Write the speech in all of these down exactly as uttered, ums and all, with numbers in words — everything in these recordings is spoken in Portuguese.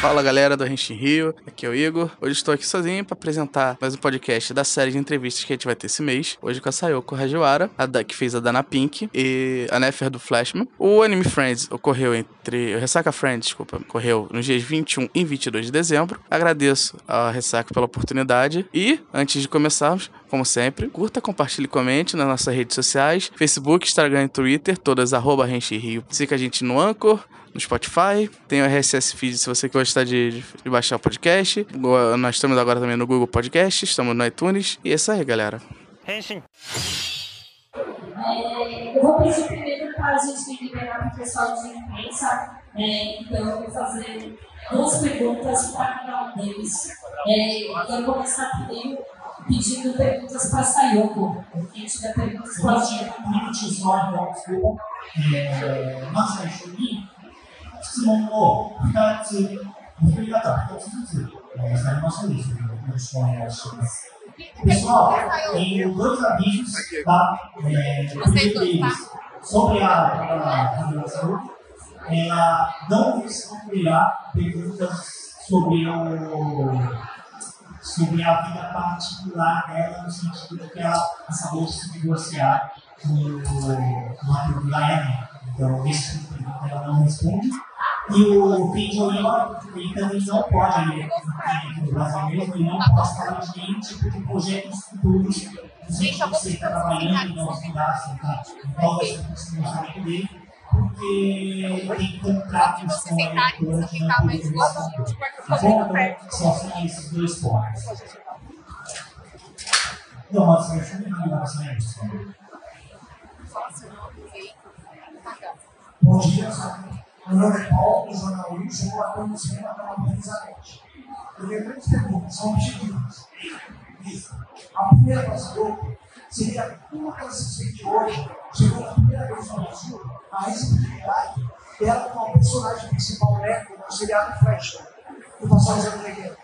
Fala galera do Henshin Rio, aqui é o Igor. Hoje estou aqui sozinho para apresentar mais um podcast da série de entrevistas que a gente vai ter esse mês. Hoje com a Sayoko Hajiwara, a da, que fez a Dana Pink, e a Nefer do Flashman. O Anime Friends ocorreu entre... O Ressaca Friends, desculpa, ocorreu nos dias vinte e um e vinte e dois de dezembro. Agradeço a Ressaca pela oportunidade. E, antes de começarmos, como sempre, curta, compartilhe e comente nas nossas redes sociais, Facebook, Instagram e Twitter, todas arroba Henshin Rio. Siga a gente no Anchor, no Spotify, tem o R S S Feed se você gostar de, de baixar o podcast. Nós estamos agora também no Google Podcast, estamos no iTunes. E é isso aí, galera. Henshin. É, eu vou pedir primeiro para a gente liberar para o pessoal de imprensa. É, então, eu vou fazer duas perguntas para cada um deles. É, eu vou começar primeiro pedindo perguntas para a Sayoko. Quem tiver perguntas pode ir. 質問をふたつ、作り方ふたつずつされましたでしょうか。よろしくお願いします。Pessoal, tem dois avisos, tá? É, deles, sobre a avaliação, ela não responderá perguntas sobre, o, sobre a vida particular dela, no sentido de que ela acabou de se divorciar no ato da Enem. Então, esse tipo de pergunta ela não responde. E o Pindorinho, ele também não pode, ele aqui no Brasil mesmo, ele não pode falar de nenhum tipo de projetos futuros no sentido de você estar trabalhando e não estudar, assim, tá? Qual vai ser o funcionamento dele, porque ele tem contratos com a editora que não pode receber. Tá bom? Então, só assim esses dois pontos. Não, mas deixa eu ver aqui na sua edição. Bom dia, meu nome é Paulo, sou jornalista, sou ator no cinema pela Elizabeth. Eu tenho três perguntas, são objetivas. A primeira para a Sayoko seria como ela se sente hoje, chegou a primeira vez no Brasil, a exigibilidade dela com a personagem principal, né, no seriado Flash, do Passado Zero Negueiro.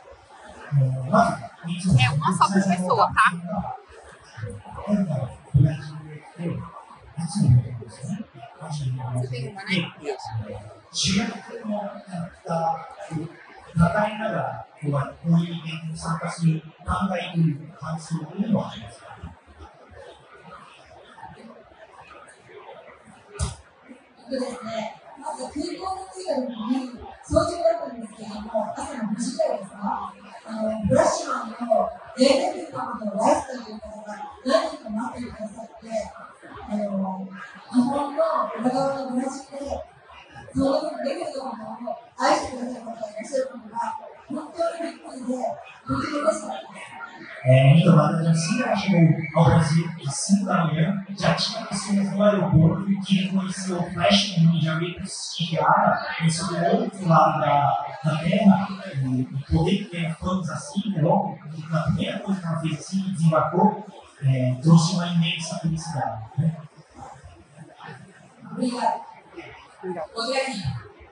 É uma só por pessoa, tá? Você tem uma, né? Chega no momento da Nataína, o elemento de Santasu, Kangai, Kansu, e o outro. ですね、まず空港の次の日に掃除だったんですけども、朝のごじぐらいですか、あのブラッシュマンのデータビューカムのライフという方が何人か待ってくださって、あの日本の裏側のブラジルで、そのレベルのものを愛してくださる方がいらっしゃることが本当にびっくりで、本当に嬉しかったです。 É, então, assim que ela chegou ao Brasil, às cinco da manhã, já tinha pessoas no aeroporto que reconheceu o Flash e já veio prestigiar isso do outro lado da, da terra, e, e poder ter fãs assim, né, logo, que a primeira coisa que ela fez assim, desembarcou, é, trouxe uma imensa felicidade. Né? Obrigado. Outro aqui.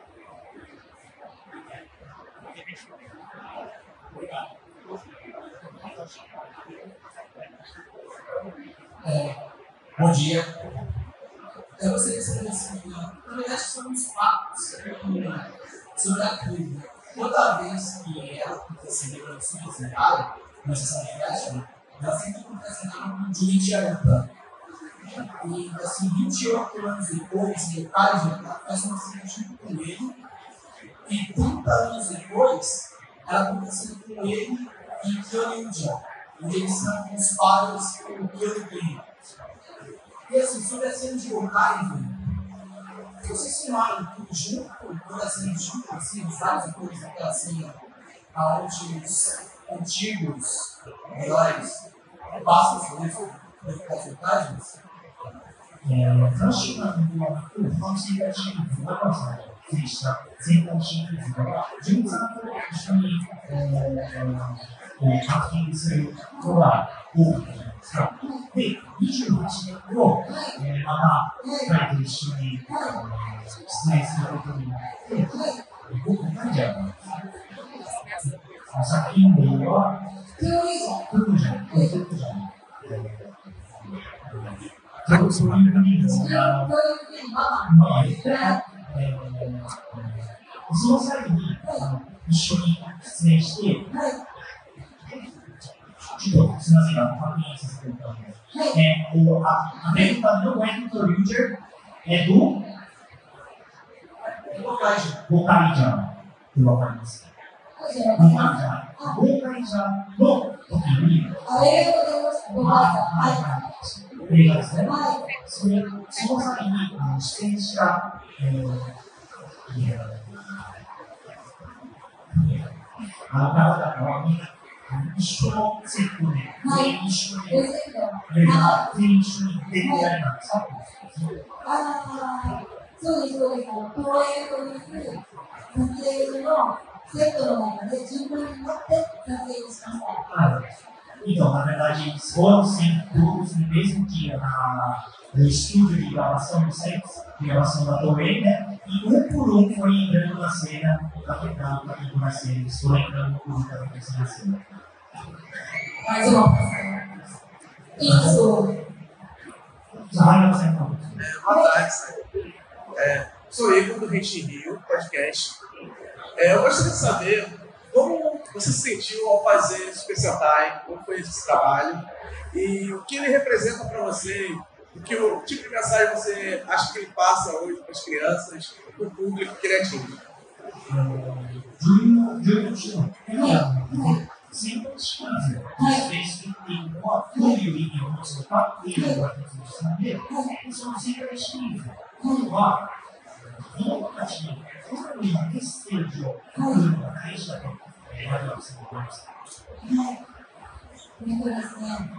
É, bom dia. Eu gostaria de saber assim, na verdade são uns fatos sobre a crise. Toda vez que ela acontece na Revolução Brasileira, na sessão de flash, ela sempre acontece na de vinte anos. E assim, vinte e oito anos depois, detalhes de ela faz uma seguinte com ele. E trinta anos depois, ela aconteceu com ele em Kyongyang, onde eles são os pais do Kyongyang. E assim, sobre a cena de locais, vocês filmaram tudo junto, toda a cena junto, assim, os vários atores daquela cena, onde os antigos heróis passam por isso, das vantagens? フラッシュマンの他の戦隊シリーズが出演した戦隊シリーズが純さんと一緒にキャスティングするのが多かったじゃないですか。で、にじゅうはちねんご、またふたりと一緒に出演することになって、僕何じゃないですか。作品名は、クルーじゃない、クルーじゃない。そういうふうに、まあ、その際に、 一緒に出演して、 はい。 ちょっとすみませんが、確認させていただきます。えっと、あ、americano não é do Roger, é do Vocalijan. Do Vocalijan. じゃあ、 Vocalijan. Vocalijan の時に、 ありがとうございます。ごめんなさい。は映画ですね。 い。はい。 それその際にあの出演した、えー、あの方々はみんな一緒のセットで、全員一緒に、 レジェンド。 全は員一緒に出てやりなんですか？ ああ、そうです、そうです。あの、東映という撮影のセットの中で順番になって撮影しました。 Então, na verdade, foram sempre todos no mesmo dia na, no estúdio de gravação do set, de gravação da Torre, né? E um por um foi entrando na cena, capitão, capitão na cena, eles foram entrando por um capitão na cena. Mais uma vez. Isso. Vai, você então. É, boa tarde, Sérgio. É, sou Igor do Rente Rio, podcast. É, eu gostaria de saber como você se sentiu ao fazer Super Sentai, como foi esse trabalho e o que ele representa para você, o que o tipo de mensagem você acha que ele passa hoje para as crianças, para o público que ele atinge. Júlio, Júlio Chino, sempre escreve, às vezes tem um apoio em alguns locais, e agora tem que saber, mas não sempre escreve. Agora, não é assim, como uma questão de uma caixa, é melhor você não gosta. えっとですね、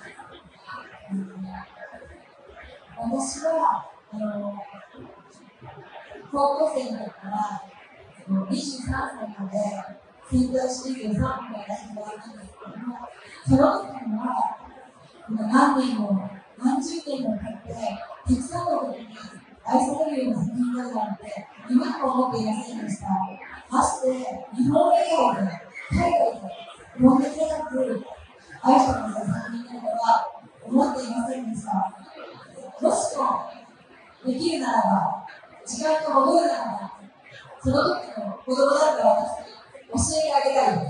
私はあの高校生の時からにじゅうさんさいまで戦隊シリーズさんこんやらせてもらったんですけども、その時には何年も何十年も経ってたくさんの方に愛されるような作品になるなんて夢にも思っていませんでした。まして日本以外で海外で問題なく愛される作品になるとは思っていませんでした。もしもできるならば、時間が戻るならば、その時の子供だった私に教えてあげたいです。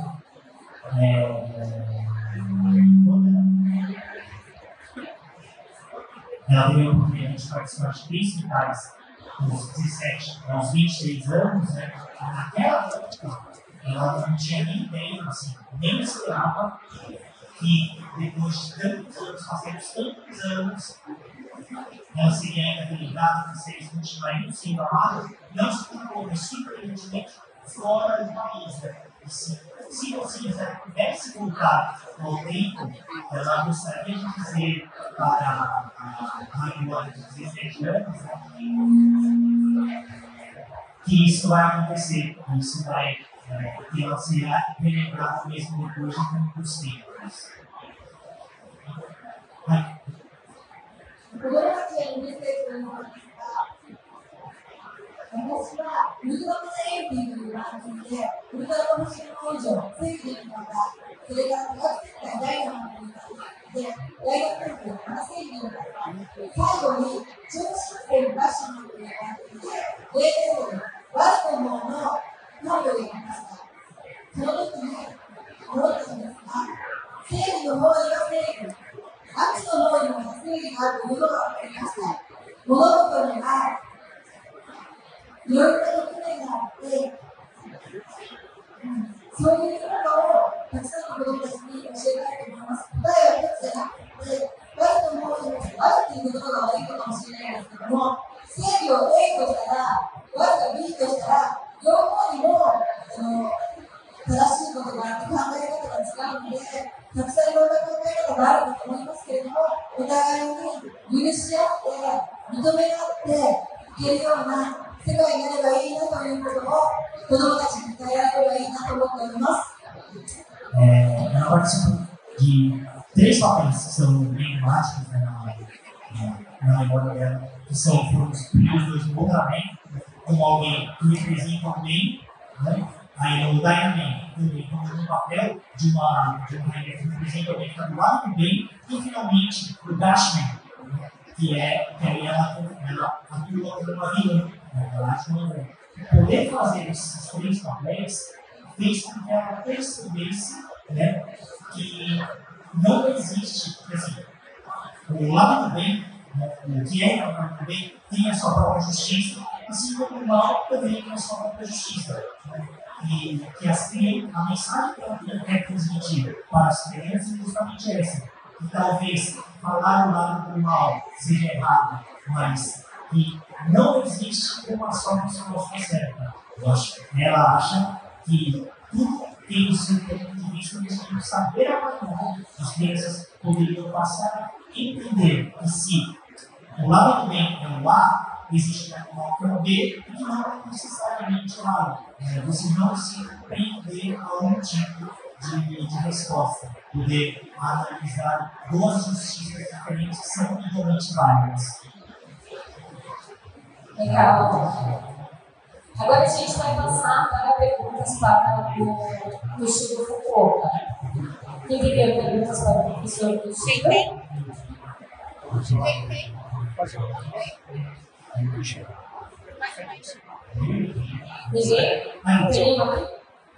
Ela teve a oportunidade de participar de três finais aos dezessete, aos vinte e três anos, né? Naquela época, ela não tinha nem ideia, assim, nem esperava que depois de tantos anos, passamos tantos anos, ela seria ainda ligada, vocês continuariam sendo amados, não se tornou, mas surpreendentemente fora do país, né? Se, se você pudesse voltar ao tempo, ela gostaria de dizer para a Raimora de dezessete anos, né, que isso vai acontecer, que isso vai, é, que ela será relembrada mesmo depois de muitos tempos. Vai. 子供たちへのメッセージというのですが、私はウルトラマンエイティという番組でウルトラマンシン工場、正義の方、それから科学戦隊ダイヤモンドの方で、大学教育、正義の方、最後に超新星のラッシュマンという番組で、レーベル、ワルコモンのナビをやりました。その時に思ったんですが、正義の方には正義、悪の方にも正義があることが分かりました。物事にはいろいろな側面があって、うん、そういうことをたくさんの子供たちに教えたいと思います。答えは一つじゃなくて、悪の方にも悪っていうことが悪いことかもしれないんですけども、正義を A としたら、悪が B としたら、両方にもあの正しいことがあって考え方が違うので、たくさんいろんな考え方があると思いますけれども、お互いに許し合って、認め合っていけるような世界になればいいなということを子どもたちに伝えられればいいなと思っております。 É, ela participa de três papéis que são bem emblemáticos, né, na, na memória dela, que são foram os primeiros dois no Ultraman, como alguém que representa alguém, né? Aí no Dynaman também como um papel de uma de uma rainha que representa alguém que está do lado do bem, e finalmente o Dashman, né, que é que aí ela, ela atua como uma vilã. Né? Eu acho que poder fazer esses três papéis fez com que ela percebesse, né, que não existe, assim, o lado do bem, né, o que é o lado do bem, tem a sua própria justiça, assim como o mal também tem a sua própria justiça. Né? E que as, a mensagem que ela quer transmitir para as crianças é justamente essa. Que talvez falar o lado do mal seja errado, mas que não existe uma só resposta certa. Ela acha que tudo tem o seu ponto de vista e nós temos que saber avaliar. As crianças poderiam passar a entender que se o lado do bem é o A, existe uma que é o B, e que não é necessariamente o A. É, você não se prender a um tipo de, de resposta. Poder analisar duas justiças diferentes que são igualmente válidas. Legal. Agora a gente vai passar para perguntas para o Chico Fukuoka. Quem tem perguntas para o professor do Chico? Tem, tem. Tem. Ninguém? Tem aqui?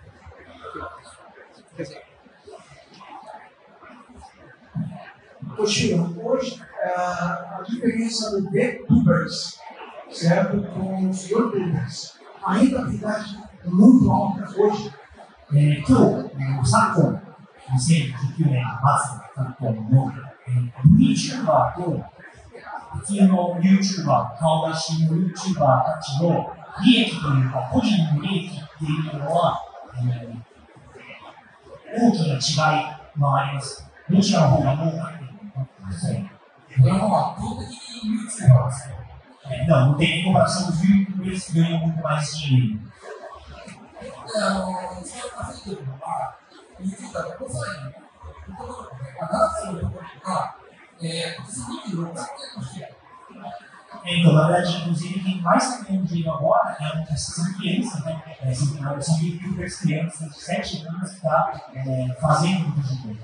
Poxa, hoje a diferença do VTubers, certo, com os YouTubers, ainda a idade muito alta hoje. えー、今日、えー、昨今、にせんじゅうきゅうねん末昨今の、えー、VTuber と普通の YouTuber、顔出しの YouTuber たちの利益というか、個人の利益っていうのは、えー、大きな違いがあります。どちらの方が儲かっているのかですね。 これは圧倒的に YouTuber ですね。 Não, não tem comparação dos YouTubers que ganham muito mais dinheiro. で、あの、一番稼いでるのは、YouTuber がごさいの男の子で、ななさいの男の子が、えー、にじゅうろくかげんの人。 Então, na verdade, inclusive, quem mais está ganhando dinheiro agora é, são crianças, né? É, são, são youtubers crianças de sete anos que estão é, fazendo muito dinheiro.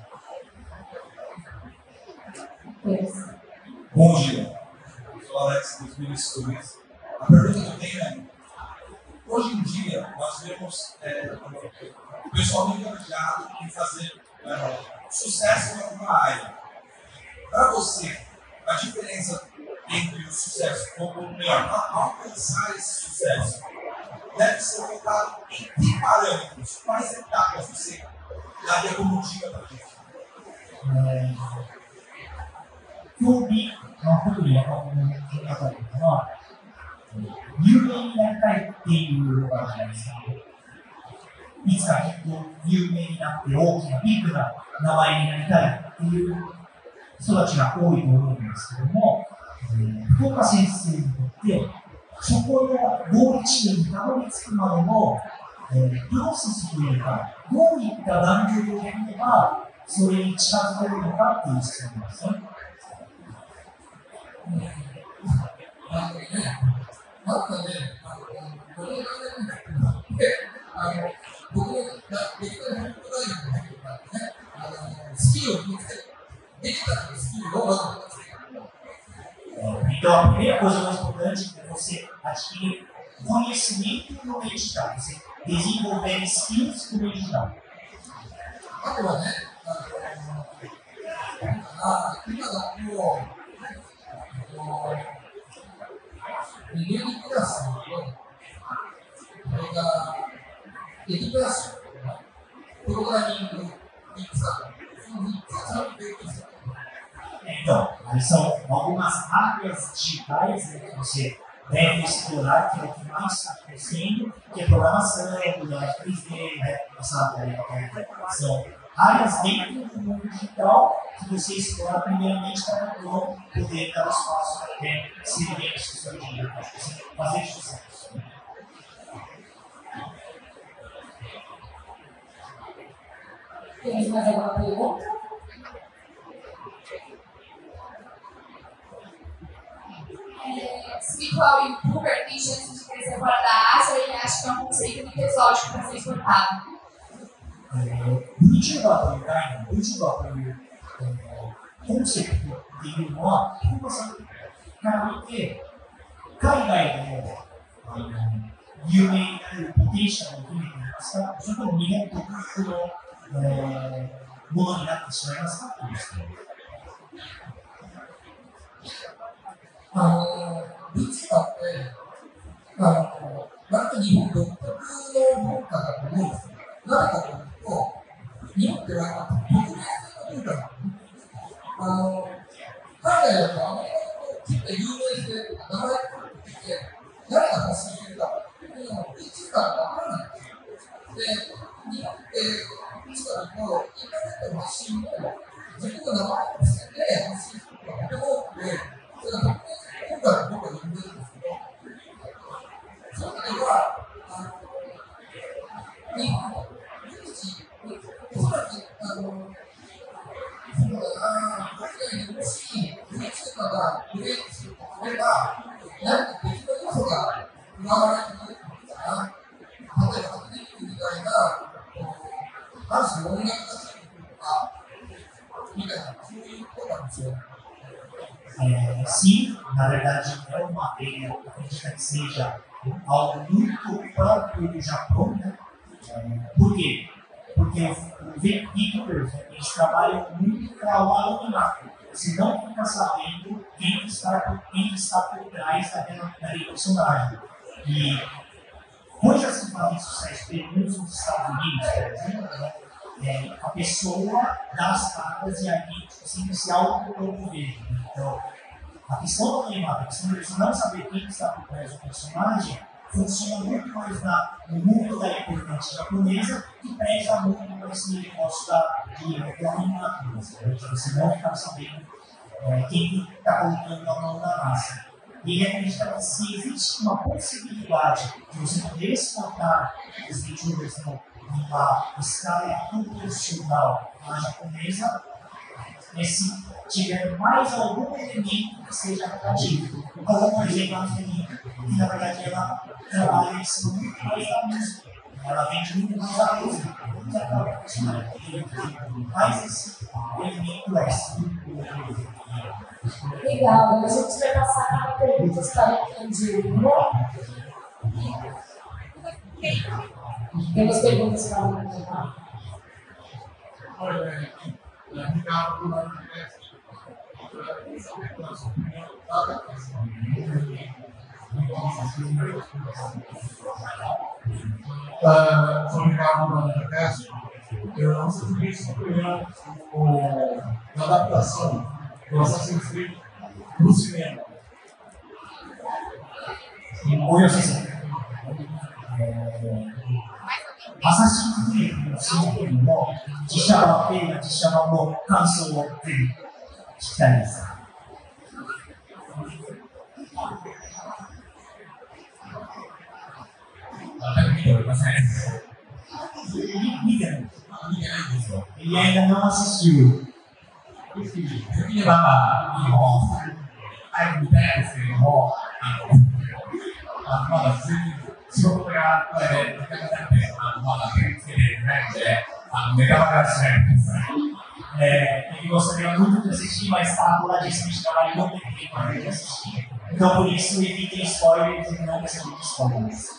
Bom dia, eu sou o Alex dos Ministros. A pergunta que eu tenho é: hoje em dia, nós vemos é, o pessoal muito engajado em fazer é, sucesso em alguma área. Para você, a diferença entre o sucesso, ou melhor, alcançar esse sucesso, deve ser focado em que parâmetros, quais etapas você daria como dica para a gente? 競技のことで若者の方というのは、有名になりたいっていうのがあるじゃないですか。いつかきっと有名になって大きなビッグな名前になりたいっていう人たちが多いと思うんですけども、福岡先生にとってそこのゴール地点にたどり着くまでの、えー、プロセスというか、どういった段階を経ればそれに近づけるのかっていう質問なんですね。 あのね、なんかね、あの、これがね、あの、僕ができたら本当だよね、あの、スキルを見つけて、できたらスキルをまず見つけて。 Então, a primeira coisa mais importante é você adquirir conhecimento no meio digital, você desenvolver skills no meio digital. あとはね、あの、今だと、ミレニクラスの、これが、エディプラス、プログラミング、ミックス、そのミックスを勉強する。 Então, aí são algumas áreas digitais, né, que você deve explorar, que é o que mais está crescendo, que é programação, unidade três D, né, essa, é, são áreas dentro do mundo digital que você explora primeiramente para então poder dar os passos até ser bem sucedido, fazer sucesso. Tem mais alguma pergunta? Espiritual youtuber tem chance de crescer fora da Ásia ou ele acha que é um conceito muito exótico para ser exportado? VTuber という概念、VTuber というコンセプトっていうのは、福岡さんから見て、海外でも有名になれるポテンシャルを含めているそれとも日本独特の、えー、ものになってしまいますかという質問です。 あの、文化って、あの、割と日本独特の文化だと思うんですよ。なぜかというと、日本って割と特別な文化なんです。あの、海外だとアメリカの結構有名性とか名前が出てきて、誰が発信してるかっていうのをいつか分からないんですよ。で、日本っていつかというと、インターネットの発信も自分の名前を伏せて発信することがとても多くて、それが特別な文化だと僕は呼んでるんですけど、そういう意味では、あの、日本の有事、おそらく、あの、そうだな、海外にもし、フリーとかがブレイクするとすれば、何か別の要素が生まれてくるかな。例えば、アクティビティみたいな、ある種音楽がついてくるとか、みたいな、そういうことなんですよ。 É, sim, na verdade é uma ideia, acredita que seja algo muito próprio do Japão, né? É, por quê? Porque o VTubers, eles trabalham muito para o anonimato. Você não fica sabendo quem está, quem está por trás daquela, daquele personagem. E hoje assim fala em sucesso, pelo menos nos Estados Unidos, por exemplo, né? É, a pessoa dá as caras e aí assim, se autopromover. Então, a questão do anonimato, a questão de você não saber quem está por trás do personagem, funciona muito mais na, no mundo da internet japonesa que preza muito por esse negócio da, de, do anonimato. Você não ficar sabendo é, quem está colocando a mão na massa. E ele acredita que se existe uma possibilidade de você poder exportar os VTubers numa escala proporcional à japonesa, se tiver mais algum elemento que seja negativo. Como, por exemplo, a Angelica, que na verdade ela trabalha em cima muito mais da música. Ela vende muito mais a música. Então, ela faz esse elemento extra. Legal, a gente vai passar para perguntas para o Candinho. Temos perguntas para o Candinho. Olha, obrigado por uh, obrigado pela podcast. Eu não sei se isso foi a adaptação do Assassin's Creed para o cinema. およそアサシンクリードの新作の実写版、映画実写版の感想をぜひ聞きたいです。 見ておりません。 見てないんです。 見てないんですよ。 E ainda não assistiu. 見ればいい方、早く見たいですけれども、あのまだ普通に仕事がこれでなかなかね、あのまだ手をつけていないので、あのネタバレはしないでください。 É, ele gostaria muito de assistir, mas está apuradíssimo de trabalho e não tem tempo para ele assistir. Então, por isso, evitem spoilers e não recebem spoilers.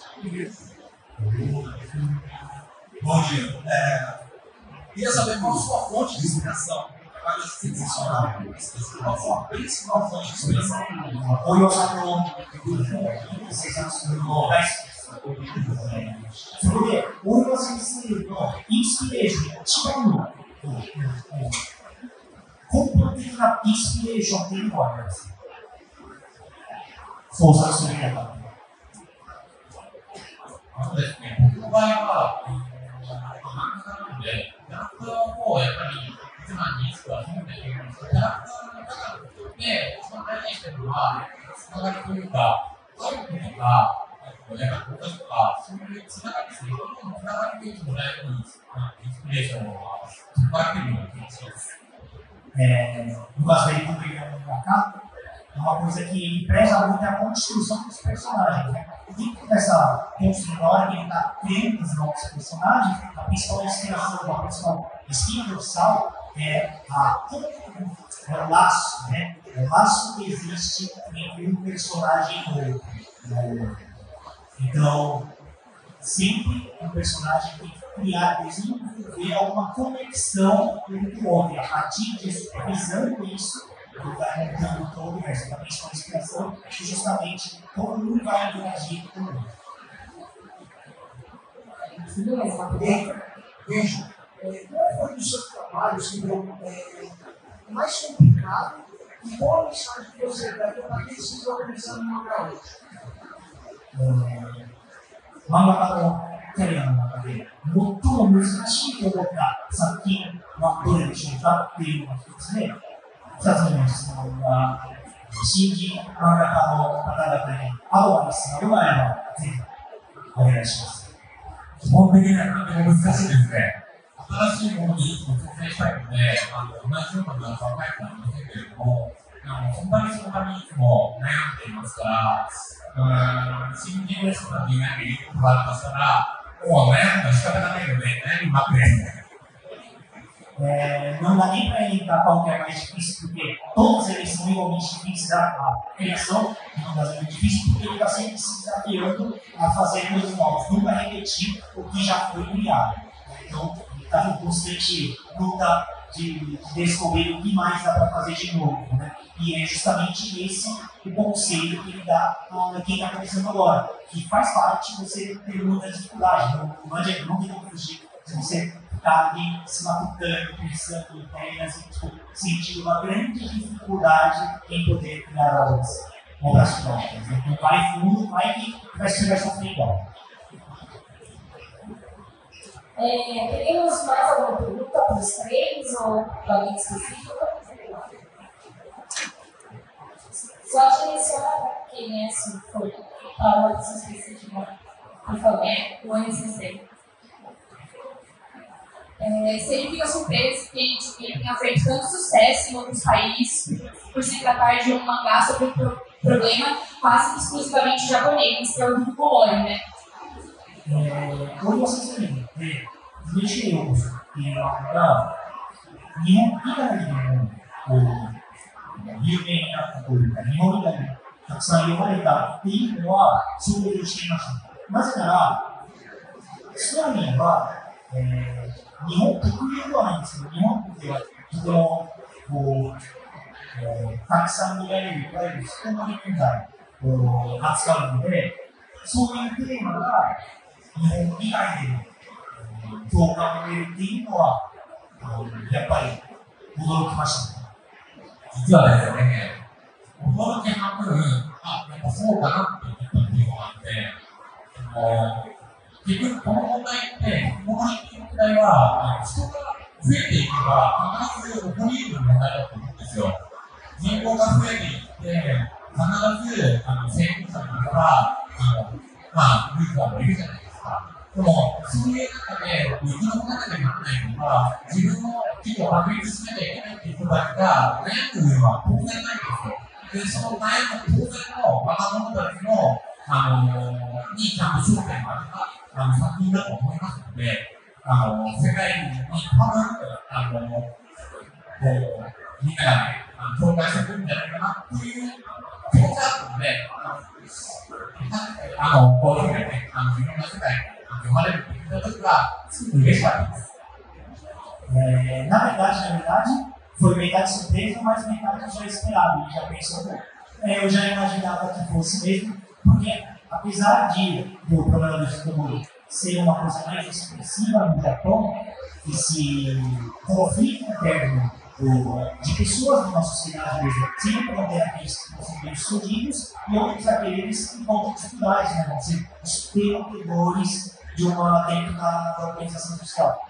Bom dia. É, queria saber qual a sua fonte de inspiração. Trabalho sensacional. Qual a sua principal fonte de inspiração? およさの生産するの大好きです。そこで、大岩先生のインスピレーションが違うのだ。根本的なインスピレーションっていうのはあります。創作する中で。 そうですね。僕の場合は、漫画なので、キャラクターをやっぱり一番に意識はするんですけど、キャラクターの中で一番大事にしてるのは、つながりというか、家族とか、やっぱりとか、そういうつながり、そういうことのつながりにもらえるインスピレーションを使っているような気がします。 É, no caso dele, quando ele anda pra cá, é uma coisa que ele preza muito a construção dos personagens. Né? Dentro dessa construção, na hora que ele está criando os novos personagens, a principal inspiração, a principal espinha dorsal é, a, é o laço, né? É o laço que existe entre um personagem e outro. Então, sempre um personagem tem que criar, desenvolver alguma conexão com o outro. E a partir disso, visando isso, ele vai montando todo o universo. Também isso é uma inspiração que justamente todo mundo vai interagir com o outro. Veja, qual foi dos seus trabalhos que deu é, mais complicado e qual a mensagem que você dá para quem se organizar no mangá hoje? 漫画家のキャリアの中で最も難しいと思った作品はどれでしょうかっていうのが一つで、二つ目の質問は、新人漫画家の方々にアドバイスなどがあれば、ぜひお願いします。 基本的にはとても難しいですね。新しいものにいつも挑戦したいので、あの同じような漫画を描いてはいませんけれども、あの本当にそのためにいつも悩んでいますから、うーん新人の人たちに何か言うことがあるとしたら、もう悩むのは仕方がないので、悩みまくれ。 É, não dá nem para elencar qual que é mais difícil, porque todos eles são igualmente difíceis. A criação não das é muito difícil, porque ele está sempre se desafiando a fazer coisas novas, nunca repetir o que já foi criado. Então, ele está em constante luta de, de descobrir o que mais dá para fazer de novo. Né? E é justamente esse o conselho que ele dá a quem está começando agora, que faz parte de você ter muita dificuldade. Não, não adianta, não tem como fugir. Se você está ali se matutando, pensando em ideias, tipo, sentindo uma grande dificuldade em poder criar obras, obras próprias. Então vai fundo, vai que vai ser sofrer igual. É, teremos mais alguma pergunta para os três ou para alguém específico? Só direciona para quem, né, se for para uma pessoa específica, por favor, o N C C. É, seria fica surpreso que ele tenha feito tanto sucesso em outros países por se tratar de um mangá sobre um pro problema quase exclusivamente japonês, que é o do Komori, né? こういう説明で、無視用っていうのが、日本以外でもこう有名になったというか、日本以外でたくさん読まれたっていうのは想像していました。なぜなら、ストーリーは、えー日本特有ではないんですけど、日本ではとてもこう、えー、たくさん見られるいわゆるヒコモリ問題を扱うので、そういうテーマが日本以外で共感を得るっていうのは、やっぱり驚きました。 実はですね、驚き半分、あ、やっぱそうかなって言ったっていうのがあって、あの結局この問題って、この問題は人が増えていけば必ず起こり得る問題だと思うんですよ。人口が増えていって、必ずあの成功者の方が、あのまあ、ルーザーもいるじゃないですか。でも、そういう中で、生き残らなきゃならないのは、自分の企業を確立しなきゃいけないっていう人たちが悩むのは当然ないんですよ。で、その悩む当然の若者たちの、あのー、にちゃんと焦点があったあの作品だと思いますので、あの世界に多分あのこうみんながね、共感してくるんじゃないかなという気持ちがあったので、あのこういうふうにね、あのいろんな世界に読まれるという時はすごく嬉しかったです。 É, na verdade, na verdade, foi metade surpresa, mas metade já esperado. E já pensou, é, eu já imaginava que fosse mesmo, porque apesar de do problema do Hikomori ser uma coisa mais expressiva no Japão, esse conflito interno do, de pessoas da nossa sociedade mesmo, sempre vão ter aqueles que vão ser bem sucedidos e outros aqueles que vão ter dificuldades, né? Vão ser os perdedores de uma dentro da, da organização social.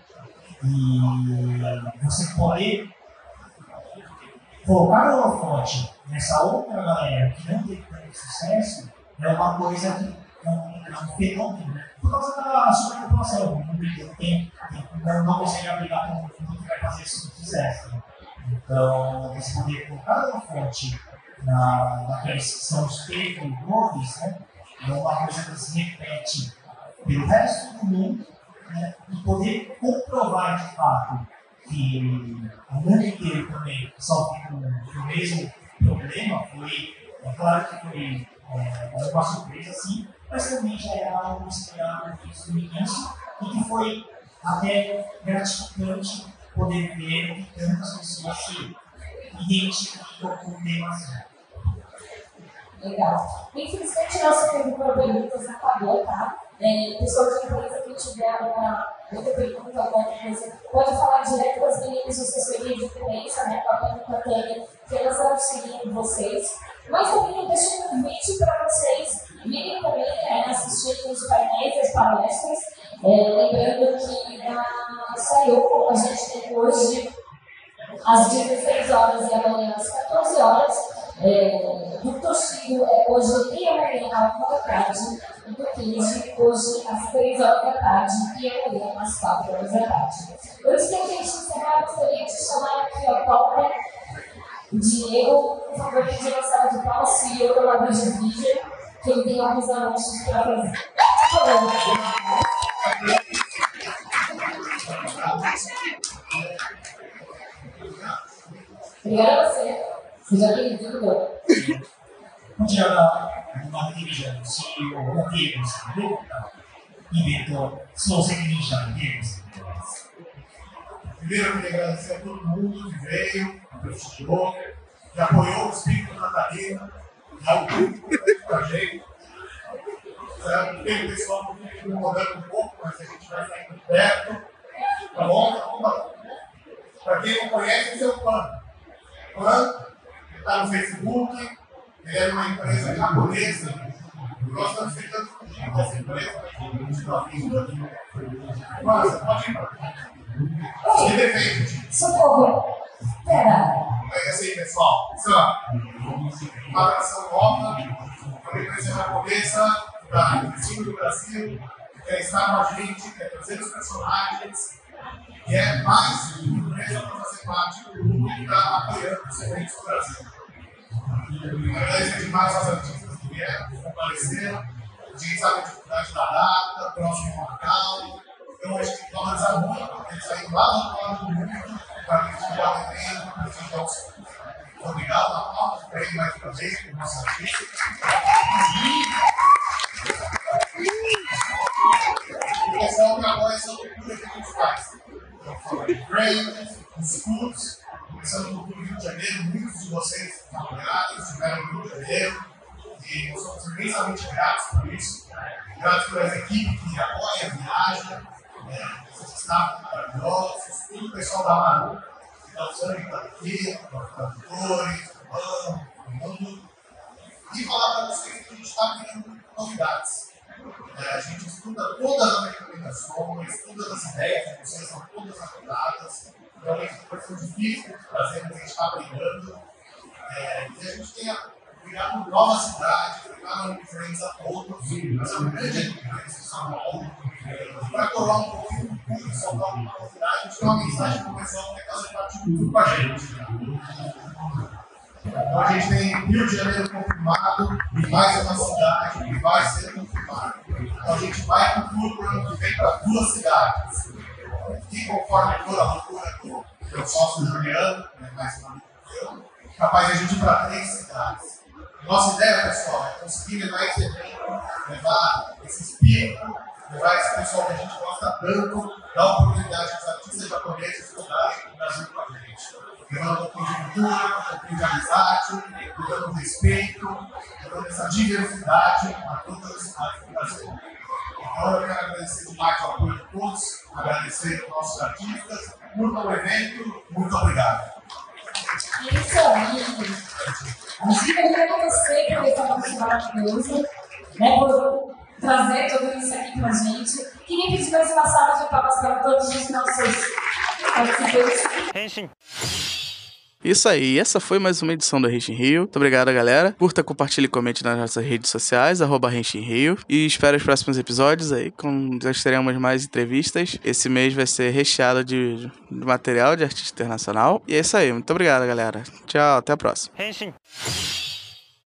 E você poder colocar o holofote nessa outra galera que não teve tanto sucesso é uma coisa que é um, é um fenômeno, né? Por causa da superpopulação, o mundo tem, não, não consegue abrigar todo mundo que vai fazer isso se fizesse. Né? Então, você poder colocar uma fonte na, naqueles que são os perdedores, né? É uma coisa que se repete pelo resto do mundo, né? E poder comprovar de fato que o mundo inteiro também sofre o mesmo problema foi, é claro que foi é, uma surpresa, sim, mas também já era algo esperado desde o início e que foi até gratificante poder ver que tantas pessoas se identificam com o tema. Legal. Infelizmente, nosso tempo para perguntas acabou, tá? É, pessoal de empresa que tiver alguma outra pergunta, alguma coisa, pode falar direto com as meninas do assessoria de imprensa, né? Com a Tânia, que elas auxiliam vocês. Mas também eu deixo um convite para vocês virem também é, assistir os painéis, as palestras. É, lembrando que na Sayoko a gente tem hoje às dezesseis horas e amanhã às quatorze horas. É, do Toshigo é hoje e amanhã às uma da tarde, e do Kinji hoje às três horas da tarde e amanhã às quatro horas da tarde. Antes de a gente encerrar, eu gostaria de chamar aqui a Paula, o Diego, por favor, pedir uma sala de palmas, C E O da Lavage Vision, que ele tem alguns anúncios para fazer. Por favor. Obrigada a você. Seja bem-vindo. Bom dia, Lavage Vision シーイーオー のゲームさんでイベント総責任者のゲームさんです。Primeiro, eu queria agradecer a todo mundo que veio, que prestigiou, que apoiou o espírito da Catarina, dá o grupo com a gente. Tem o pessoal que fica incomodando um pouco, mas a gente vai saindo perto. Tá bom? Tá bom? Para quem não conhece, esse é o Pan. Pan está no Facebook, ele é uma empresa japonesa. Nós estamos tentando fugir dessa empresa para continuar vindo aqui. Mas você pode ir para cá. Que defeito. Socorro. Espera. É assim, pessoal. Uma atração nova, uma empresa japonesa da sul do Brasil, que quer estar com a gente, quer trazer os personagens, e é mais uma empresa para fazer parte do grupo que está apoiando os eventos do Brasil. Agradeço demais aos artistas que vieram, que compareceram. A gente sabe a dificuldade da data, próximo ao Natal. Então, acho que valorizar muito, porque eles saíram lá do outro lado do mundo para prestigiar o evento, para prestigiar o seu. Obrigado, a palma, por aí mais uma vez, para o nosso artista. E pessoal, que agora essa cultura que a gente faz. Então, falando de brands, os cursos, começando no Clube Rio de Janeiro, muitos de vocês trabalharam, estiveram no Rio de Janeiro, e nós somos imensamente gratos por isso. Gratos por essa equipe que apoia a viagem. Esses staff maravilhosos, todo o pessoal da Maru, que está usando que está aqui, tradutores, todo mundo. E falar para vocês que a gente está criando novidades. É, a gente estuda todas as recomendações, todas as ideias de vocês são todas anotadas. Então, é uma coisa difícil de fazer, mas a gente está aprendendo. É, e a gente tem criado nova cidade, criado diferentes a todos. Mas é uma grande diferença de São Paulo. Para coroar um pouquinho o curso, São Paulo, uma novidade, a gente tem uma mensagem para o pessoal que está repartindo tudo com a gente. Então a gente tem Rio de Janeiro confirmado e mais uma cidade que vai ser confirmada. Então a gente vai para o tour para o ano que vem para duas cidades. E conforme for a loucura do meu sócio Juliano, né, mais uma que eu, capaz de a gente ir para três cidades. Nossa ideia, pessoal, é conseguir levar esse evento, levar esse espírito, levar esse pessoal que a gente gosta tanto, dar oportunidade aos artistas japoneses estudarem o Brasil com a gente. Levando um pouquinho de cultura, um pouquinho de amizade, levando respeito, levando essa diversidade a todas as cidades do Brasil. Então eu quero agradecer demais o apoio de todos, agradecer aos nossos artistas, muito ao evento, muito obrigado. Isso aí. A gente quer agradecer por essa nossa maravilhosa, né, por trazer tudo isso aqui pra gente. Queria pedir mais uma salva de palmas para todos os nossos participantes. Isso aí, essa foi mais uma edição do Henshin Rio. Muito obrigado, galera. Curta, compartilhe e comente nas nossas redes sociais, arroba Henshin Rio. E espero os próximos episódios aí, com nós teremos mais entrevistas. Esse mês vai ser recheado de, de material de artista internacional. E é isso aí, muito obrigado, galera. Tchau, até a próxima. Henshin.